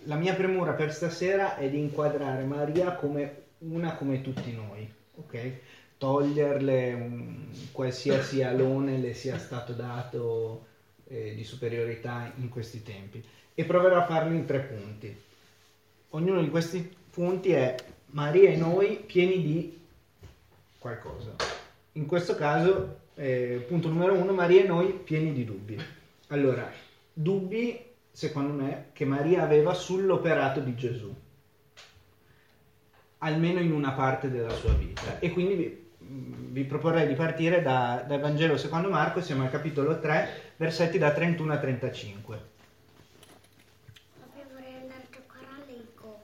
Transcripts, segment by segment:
la mia premura per stasera è di inquadrare Maria come tutti noi, ok? Toglierle un qualsiasi alone le sia stato dato di superiorità in questi tempi, e proverò a farlo in 3 punti. Ognuno di questi punti è Maria e noi pieni di qualcosa. In questo caso, punto numero 1, Maria e noi pieni di dubbi. Allora, dubbi, secondo me, che Maria aveva sull'operato di Gesù, almeno in una parte della sua vita. E quindi vi proporrei di partire dal Vangelo secondo Marco. Siamo al capitolo 3, versetti da 31 a 35. Vorrei andare a giocare a Lego.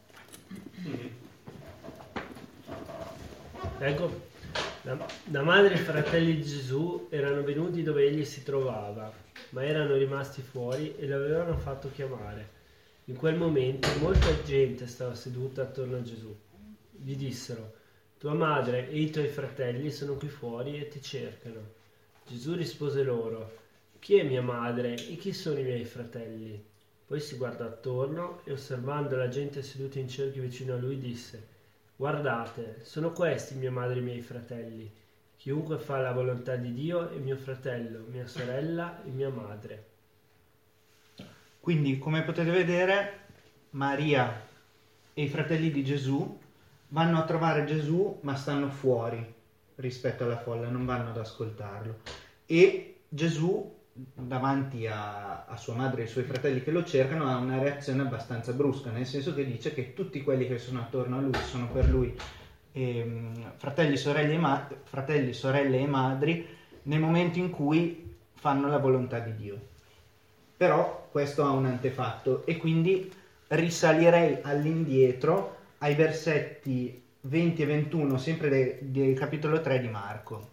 Ecco, la madre e i fratelli di Gesù erano venuti dove egli si trovava, ma erano rimasti fuori e lo avevano fatto chiamare. In quel momento molta gente stava seduta attorno a Gesù. Gli dissero: tua madre e i tuoi fratelli sono qui fuori e ti cercano. Gesù rispose loro: chi è mia madre e chi sono i miei fratelli? Poi si guardò attorno e, osservando la gente seduta in cerchio vicino a lui, disse: guardate, sono questi mia madre e i miei fratelli. Chiunque fa la volontà di Dio è mio fratello, mia sorella e mia madre. Quindi, come potete vedere, Maria e i fratelli di Gesù vanno a trovare Gesù, ma stanno fuori rispetto alla folla, non vanno ad ascoltarlo. E Gesù, davanti a sua madre e ai suoi fratelli che lo cercano, ha una reazione abbastanza brusca, nel senso che dice che tutti quelli che sono attorno a lui sono per lui fratelli, sorelle e madri, nel momento in cui fanno la volontà di Dio. Però questo ha un antefatto, e quindi risalirei all'indietro ai versetti 20 e 21, sempre del capitolo 3 di Marco.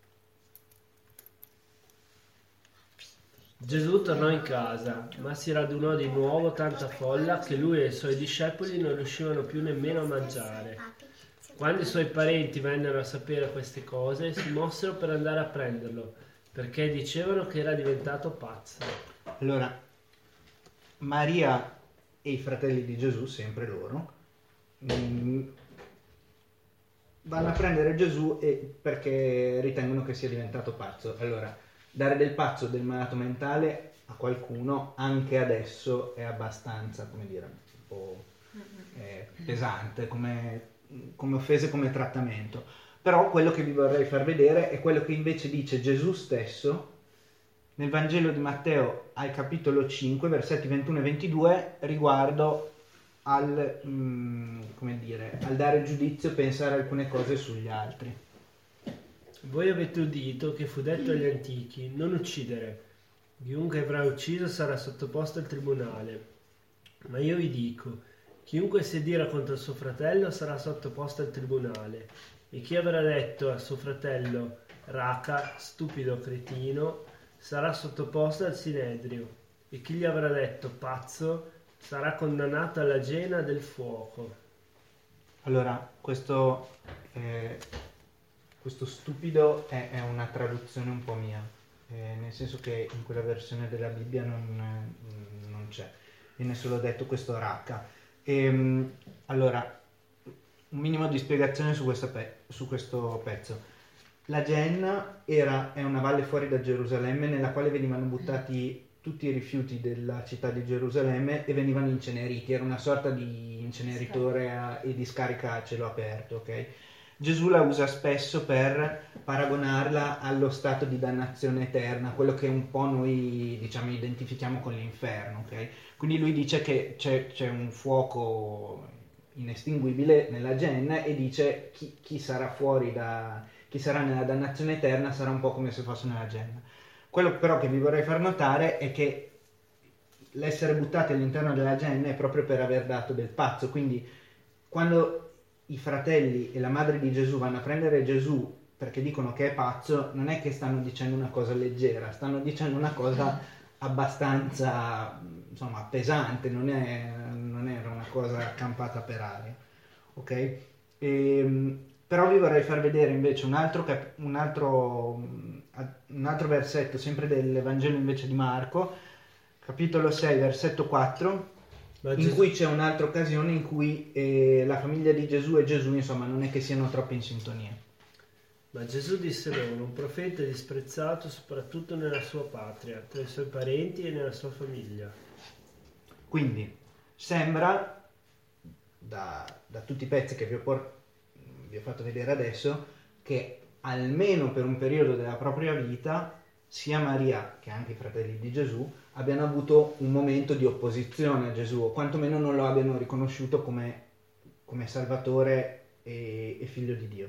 Gesù tornò in casa, ma si radunò di nuovo tanta folla che lui e i suoi discepoli non riuscivano più nemmeno a mangiare. Quando i suoi parenti vennero a sapere queste cose, si mossero per andare a prenderlo, perché dicevano che era diventato pazzo. Allora, Maria e i fratelli di Gesù, sempre loro, vanno a prendere Gesù perché ritengono che sia diventato pazzo. Allora, dare del pazzo, del malato mentale a qualcuno anche adesso è abbastanza, come dire, un po' pesante come offese, come trattamento. Però quello che vi vorrei far vedere è quello che invece dice Gesù stesso nel Vangelo di Matteo al capitolo 5, versetti 21 e 22, riguardo al dare giudizio, pensare alcune cose sugli altri. Voi avete udito che fu detto agli antichi: non uccidere, chiunque avrà ucciso sarà sottoposto al tribunale. Ma io vi dico, chiunque si adira contro il suo fratello sarà sottoposto al tribunale, e chi avrà detto a suo fratello raca, stupido, cretino, sarà sottoposto al sinedrio, e chi gli avrà detto pazzo sarà condannato alla gena del fuoco. Allora, questo stupido è una traduzione un po' mia, nel senso che in quella versione della Bibbia non c'è, viene solo detto questo racca. Allora, un minimo di spiegazione su questo pezzo. La Genna è una valle fuori da Gerusalemme nella quale venivano buttati tutti i rifiuti della città di Gerusalemme e venivano inceneriti. Era una sorta di inceneritore e discarica a cielo aperto, ok? Gesù la usa spesso per paragonarla allo stato di dannazione eterna, quello che un po' noi, diciamo, identifichiamo con l'inferno, ok? Quindi lui dice che c'è un fuoco inestinguibile nella Genna, e dice chi sarà chi sarà nella dannazione eterna sarà un po' come se fosse nella Genna. Quello però che vi vorrei far notare è che l'essere buttati all'interno della Genna è proprio per aver dato del pazzo. Quindi quando i fratelli e la madre di Gesù vanno a prendere Gesù perché dicono che è pazzo, non è che stanno dicendo una cosa leggera, stanno dicendo una cosa abbastanza, insomma, pesante, non era una cosa campata per aria, ok? Però vi vorrei far vedere invece un altro versetto, sempre del Vangelo invece di Marco, capitolo 6, versetto 4, in cui c'è un'altra occasione in cui la famiglia di Gesù e Gesù, insomma, non è che siano troppo in sintonia. Ma Gesù disse loro: un profeta è disprezzato soprattutto nella sua patria, tra i suoi parenti e nella sua famiglia. Quindi sembra, da tutti i pezzi che vi ho fatto vedere adesso, che almeno per un periodo della propria vita sia Maria che anche i fratelli di Gesù abbiano avuto un momento di opposizione a Gesù, o quantomeno non lo abbiano riconosciuto come Salvatore e figlio di Dio,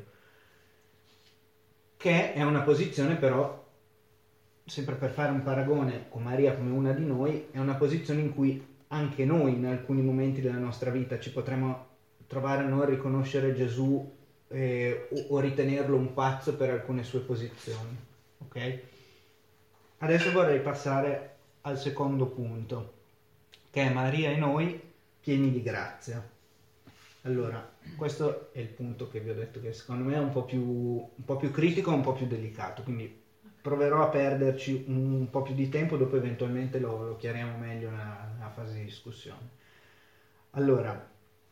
che è una posizione, però, sempre per fare un paragone con Maria come una di noi, è una posizione in cui anche noi in alcuni momenti della nostra vita ci potremo trovare a non riconoscere Gesù o ritenerlo un pazzo per alcune sue posizioni. Ok? Adesso vorrei passare al secondo punto, che è Maria e noi pieni di grazia. Allora, questo è il punto che vi ho detto che secondo me è un po' più critico, un po' più delicato, quindi proverò a perderci un po' più di tempo, dopo eventualmente lo chiariamo meglio nella fase di discussione. Allora,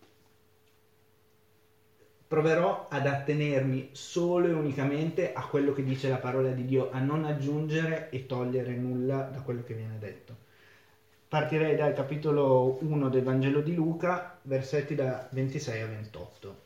proverò ad attenermi solo e unicamente a quello che dice la parola di Dio, a non aggiungere e togliere nulla da quello che viene detto. Partirei dal capitolo 1 del Vangelo di Luca, versetti da 26 a 28.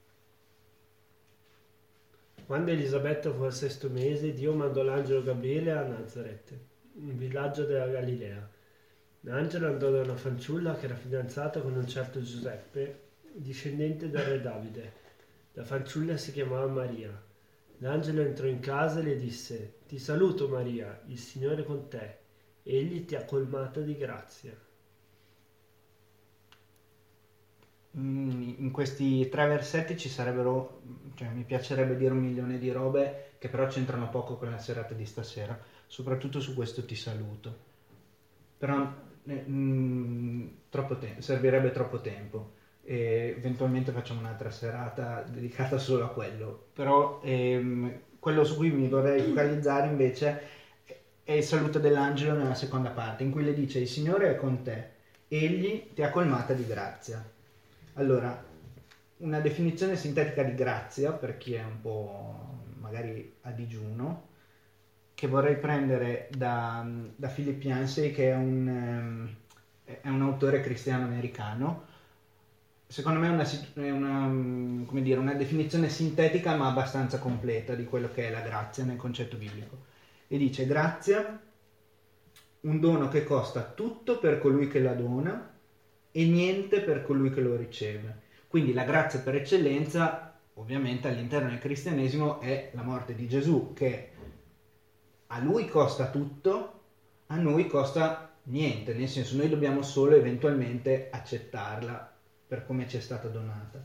Quando Elisabetta fu al 6° mese, Dio mandò l'angelo Gabriele a Nazaret, un villaggio della Galilea. L'angelo andò da una fanciulla che era fidanzata con un certo Giuseppe, discendente dal re Davide. La fanciulla si chiamava Maria. L'angelo entrò in casa e le disse: Ti saluto Maria, il Signore è con te. Egli ti ha colmata di grazia. In questi 3 versetti ci sarebbero, mi piacerebbe dire 1 milione di robe che però c'entrano poco con la serata di stasera, soprattutto su questo ti saluto. Però servirebbe troppo tempo. E eventualmente facciamo un'altra serata dedicata solo a quello, però quello su cui mi vorrei focalizzare invece è il saluto dell'angelo nella seconda parte, in cui le dice: il Signore è con te, egli ti ha colmata di grazia. Allora, una definizione sintetica di grazia, per chi è un po' magari a digiuno, che vorrei prendere da Philip Yancey, che è un autore cristiano americano. Secondo me è una definizione sintetica ma abbastanza completa di quello che è la grazia nel concetto biblico. E dice: grazia, un dono che costa tutto per colui che la dona e niente per colui che lo riceve. Quindi la grazia per eccellenza, ovviamente all'interno del cristianesimo, è la morte di Gesù, che a lui costa tutto, a noi costa niente, nel senso noi dobbiamo solo eventualmente accettarla per come ci è stata donata.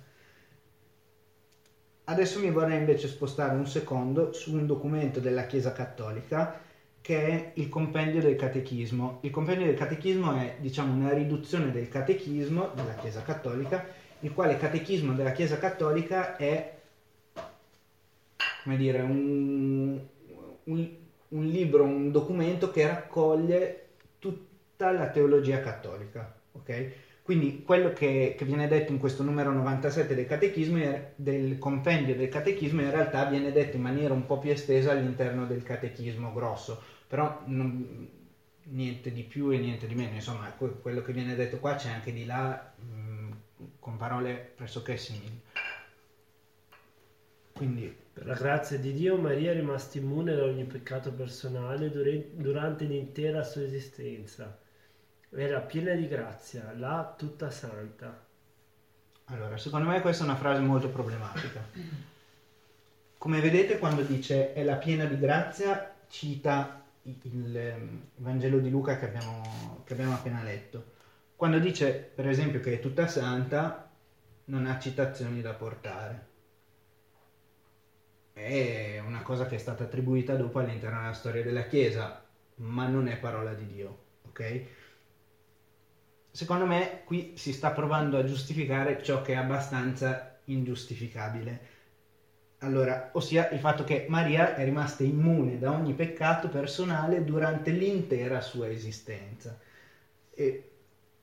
Adesso mi vorrei invece spostare un secondo su un documento della Chiesa Cattolica che è il Compendio del Catechismo. Il Compendio del Catechismo è, una riduzione del Catechismo della Chiesa Cattolica, il quale Catechismo della Chiesa Cattolica è, un libro, un documento che raccoglie tutta la teologia cattolica, ok? Quindi quello che viene detto in questo numero 97 del Catechismo, del Compendio del Catechismo, in realtà viene detto in maniera un po' più estesa all'interno del Catechismo grosso, però niente di più e niente di meno, insomma quello che viene detto qua c'è anche di là, con parole pressoché simili. Quindi, per la grazia di Dio, Maria è rimasta immune da ogni peccato personale durante l'intera sua esistenza. Era piena di grazia, là tutta santa. Allora, secondo me questa è una frase molto problematica. Come vedete, quando dice è la piena di grazia, cita il Vangelo di Luca che abbiamo appena letto. Quando dice, per esempio, che è tutta santa, non ha citazioni da portare. È una cosa che è stata attribuita dopo all'interno della storia della Chiesa, ma non è parola di Dio, ok? Secondo me qui si sta provando a giustificare ciò che è abbastanza ingiustificabile. Allora, ossia il fatto che Maria è rimasta immune da ogni peccato personale durante l'intera sua esistenza. E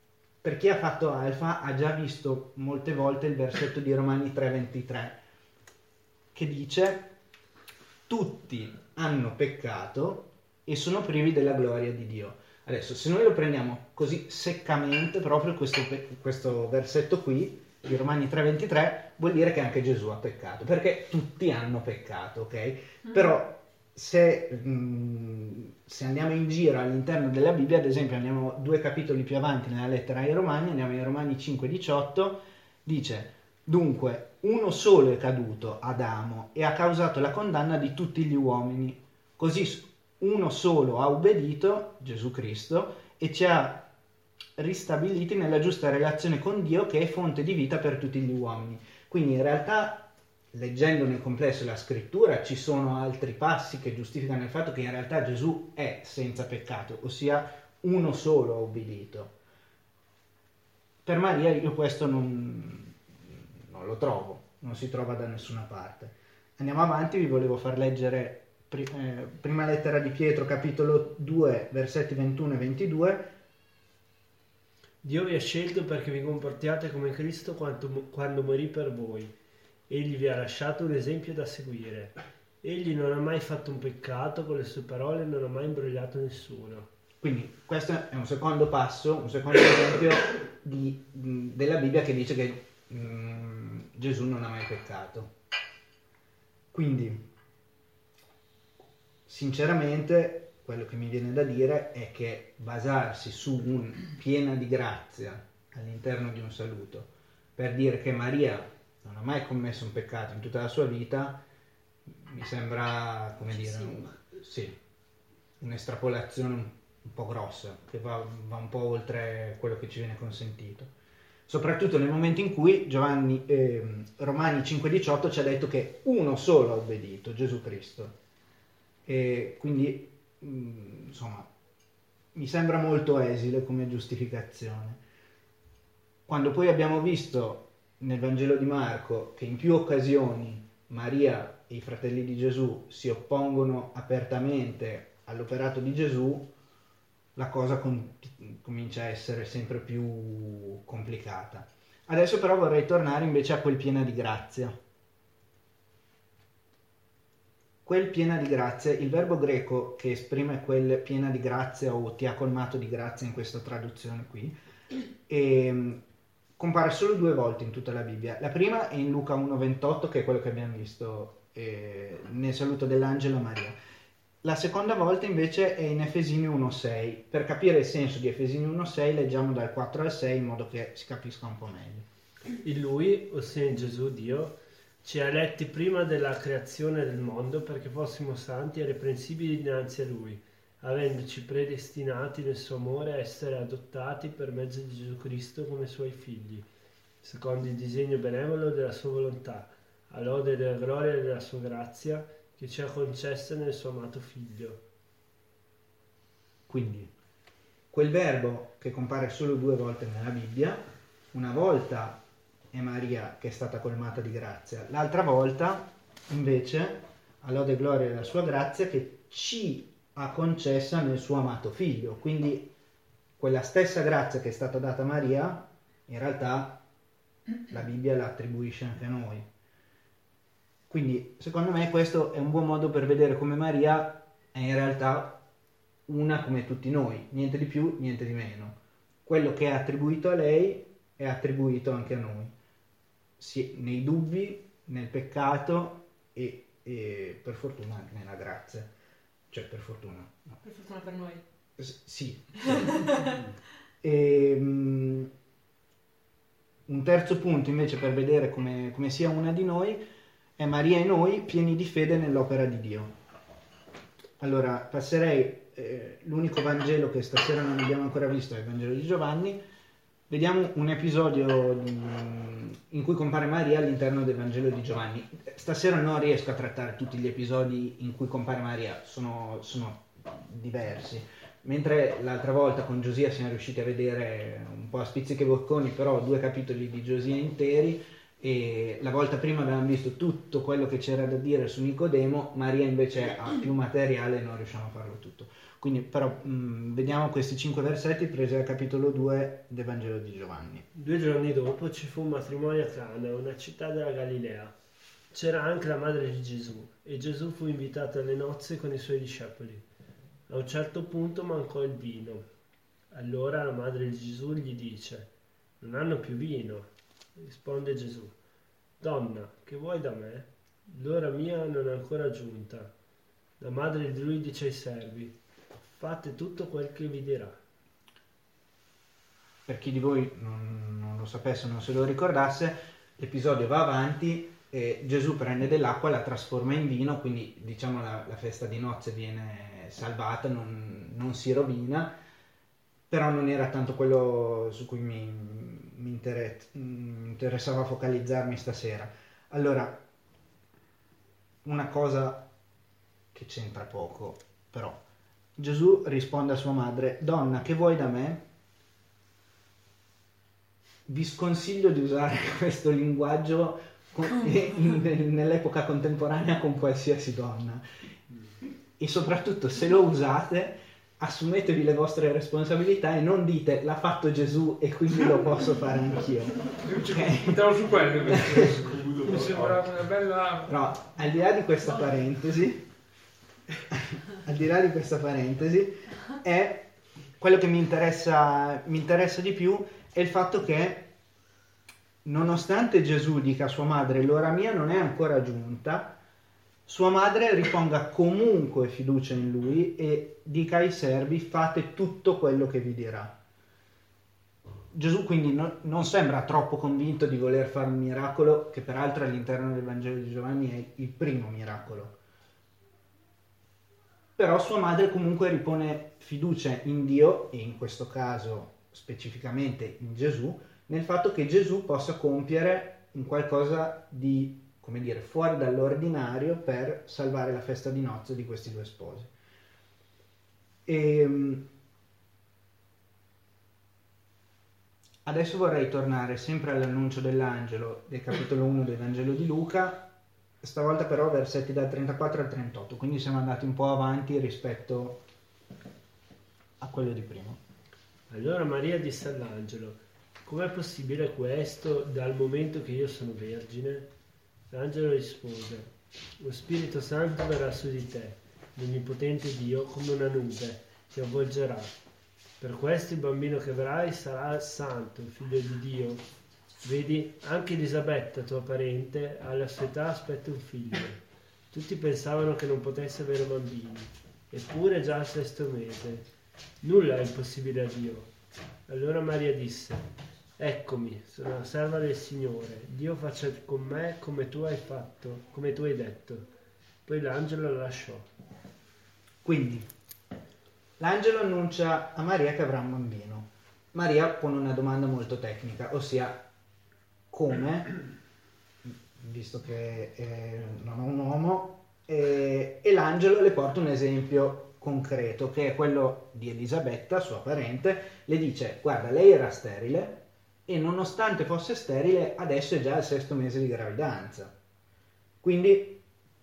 per chi ha fatto Alfa ha già visto molte volte il versetto di Romani 3,23 che dice: tutti hanno peccato e sono privi della gloria di Dio. Adesso, se noi lo prendiamo così seccamente, proprio questo versetto qui di Romani 3,23 vuol dire che anche Gesù ha peccato, perché tutti hanno peccato, ok? Però se andiamo in giro all'interno della Bibbia, ad esempio andiamo 2 capitoli più avanti nella lettera ai Romani, andiamo in Romani 5,18, dice: dunque uno solo è caduto, Adamo, e ha causato la condanna di tutti gli uomini, così uno solo ha ubbidito, Gesù Cristo, e ci ha ristabiliti nella giusta relazione con Dio, che è fonte di vita per tutti gli uomini. Quindi in realtà, leggendo nel complesso la scrittura, ci sono altri passi che giustificano il fatto che in realtà Gesù è senza peccato, ossia uno solo ha ubbidito. Per Maria io questo non lo trovo, non si trova da nessuna parte. Andiamo avanti, vi volevo far leggere prima lettera di Pietro, capitolo 2, versetti 21 e 22. Dio vi ha scelto perché vi comportiate come Cristo quando morì per voi. Egli vi ha lasciato un esempio da seguire. Egli non ha mai fatto un peccato, con le sue parole non ha mai imbrogliato nessuno. Quindi questo è un secondo passo, un secondo esempio della Bibbia che dice che Gesù non ha mai peccato. Quindi, sinceramente, quello che mi viene da dire è che basarsi su un piena di grazia all'interno di un saluto per dire che Maria non ha mai commesso un peccato in tutta la sua vita mi sembra, come dire, un'estrapolazione un po' grossa, che va un po' oltre quello che ci viene consentito, soprattutto nel momento in cui Romani 5,18 ci ha detto che uno solo ha obbedito, Gesù Cristo. E quindi insomma mi sembra molto esile come giustificazione, quando poi abbiamo visto nel Vangelo di Marco che in più occasioni Maria e i fratelli di Gesù si oppongono apertamente all'operato di Gesù, la cosa comincia a essere sempre più complicata. Adesso però vorrei tornare invece a quel piena di grazia. Quel piena di grazia, il verbo greco che esprime quel piena di grazia o ti ha colmato di grazia in questa traduzione qui, compare solo 2 volte in tutta la Bibbia. La prima è in Luca 1,28, che è quello che abbiamo visto nel saluto dell'angelo a Maria. La seconda volta invece è in Efesini 1,6. Per capire il senso di Efesini 1,6 leggiamo dal 4 al 6 in modo che si capisca un po' meglio. In Lui, ossia in Gesù Dio, ci ha eletti prima della creazione del mondo perché fossimo santi e irreprensibili dinanzi a Lui, avendoci predestinati nel suo amore a essere adottati per mezzo di Gesù Cristo come Suoi figli, secondo il disegno benevolo della Sua volontà, a lode della gloria e della Sua grazia che ci ha concessa nel Suo amato Figlio. Quindi, quel verbo che compare solo 2 volte nella Bibbia, una volta è Maria che è stata colmata di grazia, l'altra volta invece a lode e gloria della sua grazia che ci ha concessa nel suo amato Figlio. Quindi quella stessa grazia che è stata data a Maria in realtà la Bibbia la attribuisce anche a noi. Quindi secondo me questo è un buon modo per vedere come Maria è in realtà una come tutti noi, niente di più, niente di meno. Quello che è attribuito a lei è attribuito anche a noi, sì, nei dubbi, nel peccato e per fortuna anche nella grazia. Cioè per fortuna. No. Per fortuna per noi. Sì. Un terzo punto invece per vedere come sia una di noi è Maria e noi pieni di fede nell'opera di Dio. Allora passerei l'unico Vangelo che stasera non abbiamo ancora visto è il Vangelo di Giovanni. Vediamo un episodio in cui compare Maria all'interno del Vangelo di Giovanni. Stasera non riesco a trattare tutti gli episodi in cui compare Maria, sono diversi. Mentre l'altra volta con Giosia siamo riusciti a vedere un po' a spizzichi e bocconi, però 2 capitoli di Giosia interi, e la volta prima avevamo visto tutto quello che c'era da dire su Nicodemo, Maria invece ha più materiale e non riusciamo a farlo tutto. Quindi però vediamo questi 5 versetti presi dal capitolo 2 del Vangelo di Giovanni. 2 giorni dopo ci fu un matrimonio a Cana, una città della Galilea. C'era anche la madre di Gesù e Gesù fu invitato alle nozze con i suoi discepoli. A un certo punto mancò il vino. Allora la madre di Gesù gli dice: non hanno più vino. Risponde Gesù: donna, che vuoi da me? L'ora mia non è ancora giunta. La madre di lui dice ai servi: fate tutto quel che vi dirà. Per chi di voi non lo sapesse, non se lo ricordasse, l'episodio va avanti e Gesù prende dell'acqua, la trasforma in vino, quindi diciamo la festa di nozze viene salvata, non si rovina, però non era tanto quello su cui mi interessava focalizzarmi stasera. Allora, una cosa che c'entra poco, però. Gesù risponde a sua madre: donna, che vuoi da me? Vi sconsiglio di usare questo linguaggio nell'epoca contemporanea con qualsiasi donna, e soprattutto se lo usate assumetevi le vostre responsabilità e non dite l'ha fatto Gesù e quindi lo posso fare anch'io. Mettiamo su quello mi sembra una bella... Però al di là di questa parentesi è quello che mi interessa di più è il fatto che nonostante Gesù dica a sua madre l'ora mia non è ancora giunta, sua madre riponga comunque fiducia in lui e dica ai servi: fate tutto quello che vi dirà. Gesù quindi non sembra troppo convinto di voler fare un miracolo, che peraltro all'interno del Vangelo di Giovanni è il primo miracolo. Però sua madre comunque ripone fiducia in Dio, e in questo caso specificamente in Gesù, nel fatto che Gesù possa compiere un qualcosa di, come dire, fuori dall'ordinario per salvare la festa di nozze di questi due sposi. Adesso vorrei tornare sempre all'annuncio dell'angelo del capitolo 1 del Vangelo di Luca, stavolta però versetti dal 34 al 38, quindi siamo andati un po' avanti rispetto a quello di prima. Allora Maria disse all'angelo: com'è possibile questo dal momento che io sono vergine? L'angelo rispose: lo Spirito Santo verrà su di te, l'Onnipotente Dio come una nube ti avvolgerà. Per questo il bambino che avrai sarà santo, figlio di Dio. Vedi, anche Elisabetta, tua parente, alla sua età aspetta un figlio. Tutti pensavano che non potesse avere bambini, eppure già al 6° mese. Nulla è impossibile a Dio. Allora Maria disse: eccomi, sono la serva del Signore, Dio faccia con me come tu hai fatto, come tu hai detto. Poi l'angelo la lasciò. Quindi l'angelo annuncia a Maria che avrà un bambino. Maria pone una domanda molto tecnica, ossia come, visto che non è un uomo, e l'angelo le porta un esempio concreto, che è quello di Elisabetta, sua parente. Le dice: guarda, lei era sterile e nonostante fosse sterile adesso è già al 6° mese di gravidanza, quindi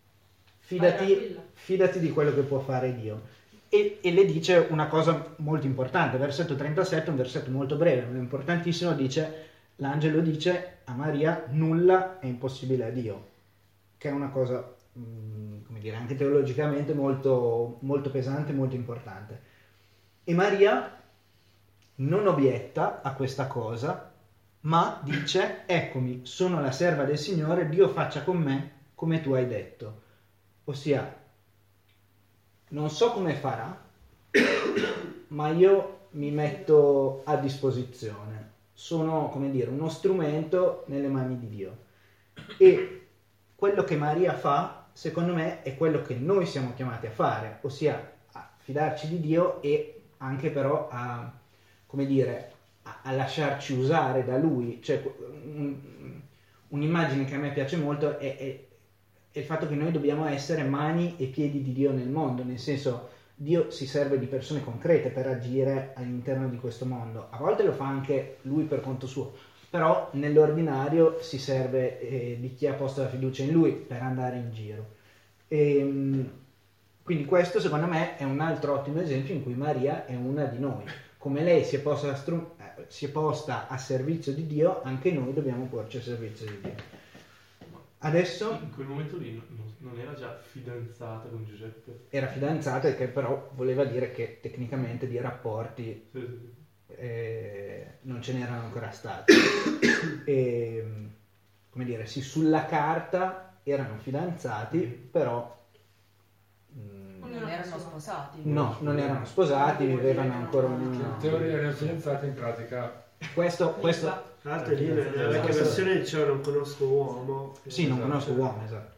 fidati di quello che può fare Dio. E le dice una cosa molto importante, versetto 37, un versetto molto breve ma importantissimo, l'angelo dice a Maria: nulla è impossibile a Dio, che è una cosa come dire, anche teologicamente molto, molto pesante, molto importante. E Maria non obietta a questa cosa, ma dice: eccomi, sono la serva del Signore, Dio faccia con me come tu hai detto. Ossia, non so come farà, ma io mi metto a disposizione. Sono, come dire, uno strumento nelle mani di Dio. E quello che Maria fa, secondo me, è quello che noi siamo chiamati a fare, ossia a fidarci di Dio e anche però a, come dire, a lasciarci usare da Lui. Cioè, un'immagine che a me piace molto è il fatto che noi dobbiamo essere mani e piedi di Dio nel mondo, nel senso, Dio si serve di persone concrete per agire all'interno di questo mondo. A volte lo fa anche Lui per conto suo, però nell'ordinario si serve di chi ha posto la fiducia in Lui per andare in giro. Quindi Quindi questo secondo me è un altro ottimo esempio in cui Maria è una di noi. Come lei si è posta a servizio di Dio, anche noi dobbiamo porci a servizio di Dio. Adesso In quel momento lì non era già fidanzata con Giuseppe? era fidanzata, e che però voleva dire che tecnicamente di rapporti Sì. non ce n'erano ancora stati. E, come dire, sì, sulla carta erano fidanzati, però Non erano sposati. no, non erano sposati, vivevano ancora In ognuno. teoria erano fidanzati, in pratica... Questo Tra l'altro lì nella vecchia versione diceva non conosco uomo. sì, non Esatto. conosco uomo, esatto.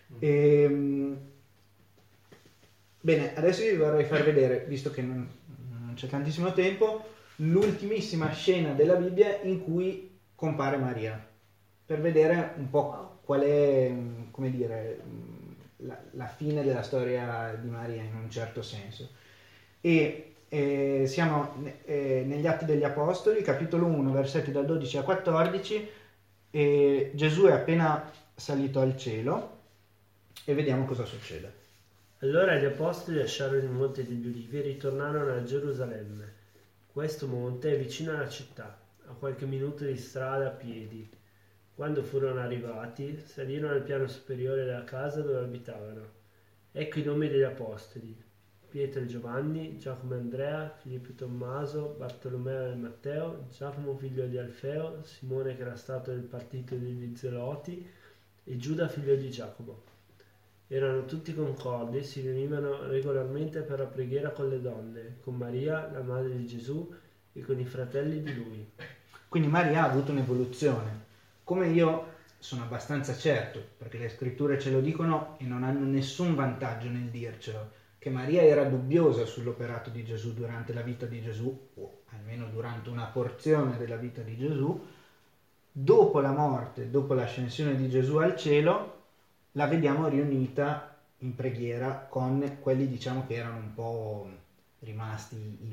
Bene, adesso vi vorrei far vedere, visto che non c'è tantissimo tempo, l'ultimissima scena della Bibbia in cui compare Maria, per vedere un po' qual è, come dire, la fine della storia di Maria in un certo senso. E siamo negli Atti degli Apostoli, capitolo 1, versetti dal 12 al 14, e Gesù è appena salito al cielo e vediamo cosa succede. Allora gli apostoli lasciarono il monte degli Ulivi e ritornarono a Gerusalemme. Questo monte è vicino alla città, a qualche minuto di strada a piedi. Quando furono arrivati, salirono al piano superiore della casa dove abitavano. Ecco i nomi degli apostoli: Pietro e Giovanni, Giacomo e Andrea, Filippo e Tommaso, Bartolomeo e Matteo, Giacomo figlio di Alfeo, Simone che era stato del partito degli Zeloti e Giuda figlio di Giacomo. Erano tutti concordi e si riunivano regolarmente per la preghiera con le donne, con Maria, la madre di Gesù, e con i fratelli di lui. Quindi Maria ha avuto un'evoluzione, come io sono abbastanza certo, perché le scritture ce lo dicono e non hanno nessun vantaggio nel dircelo, che Maria era dubbiosa sull'operato di Gesù durante la vita di Gesù, o almeno durante una porzione della vita di Gesù. Dopo la morte, dopo l'ascensione di Gesù al cielo, la vediamo riunita in preghiera con quelli, diciamo, che erano un po' rimasti i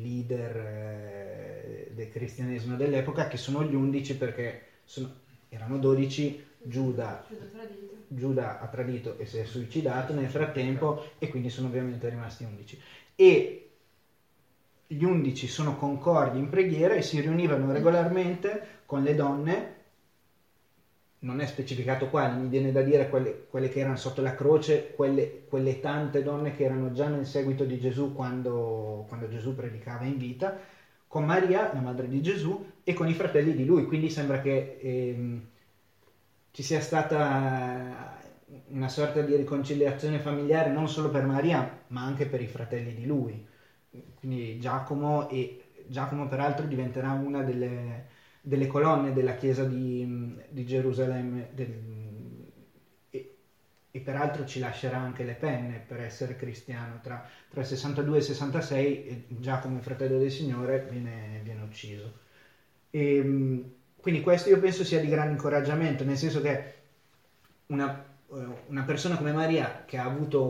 leader del cristianesimo dell'epoca, che sono gli 11, perché erano 12, Giuda ha tradito e si è suicidato nel frattempo, e quindi sono ovviamente rimasti 11. E gli 11 sono concordi in preghiera e si riunivano regolarmente con le donne. Non è specificato qua, mi viene da dire quelle che erano sotto la croce, quelle tante donne che erano già nel seguito di Gesù quando Gesù predicava in vita, con Maria, la madre di Gesù, e con i fratelli di lui. Quindi sembra che ci sia stata una sorta di riconciliazione familiare non solo per Maria, ma anche per i fratelli di lui. Quindi Giacomo peraltro diventerà una delle colonne della chiesa di Gerusalemme, e peraltro ci lascerà anche le penne per essere cristiano. Tra il 62 e il 66 Giacomo, il fratello del Signore, viene ucciso. E quindi questo io penso sia di grande incoraggiamento, nel senso che una persona come Maria, che ha avuto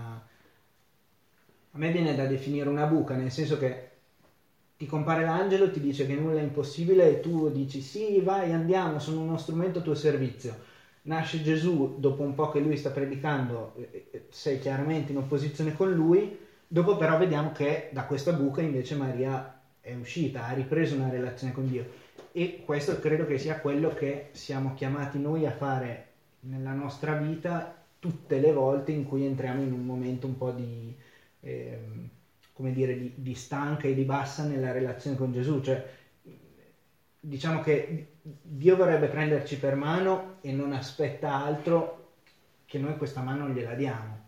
a me viene da definire una buca, nel senso che ti compare l'angelo, ti dice che nulla è impossibile e tu dici sì, vai, andiamo, sono uno strumento a tuo servizio. Nasce Gesù, dopo un po' che lui sta predicando, sei chiaramente in opposizione con lui. Dopo però vediamo che da questa buca invece Maria è uscita, ha ripreso una relazione con Dio, e questo credo che sia quello che siamo chiamati noi a fare nella nostra vita tutte le volte in cui entriamo in un momento un po' di stanca e di bassa nella relazione con Gesù. Cioè, diciamo che Dio vorrebbe prenderci per mano e non aspetta altro che noi questa mano gliela diamo.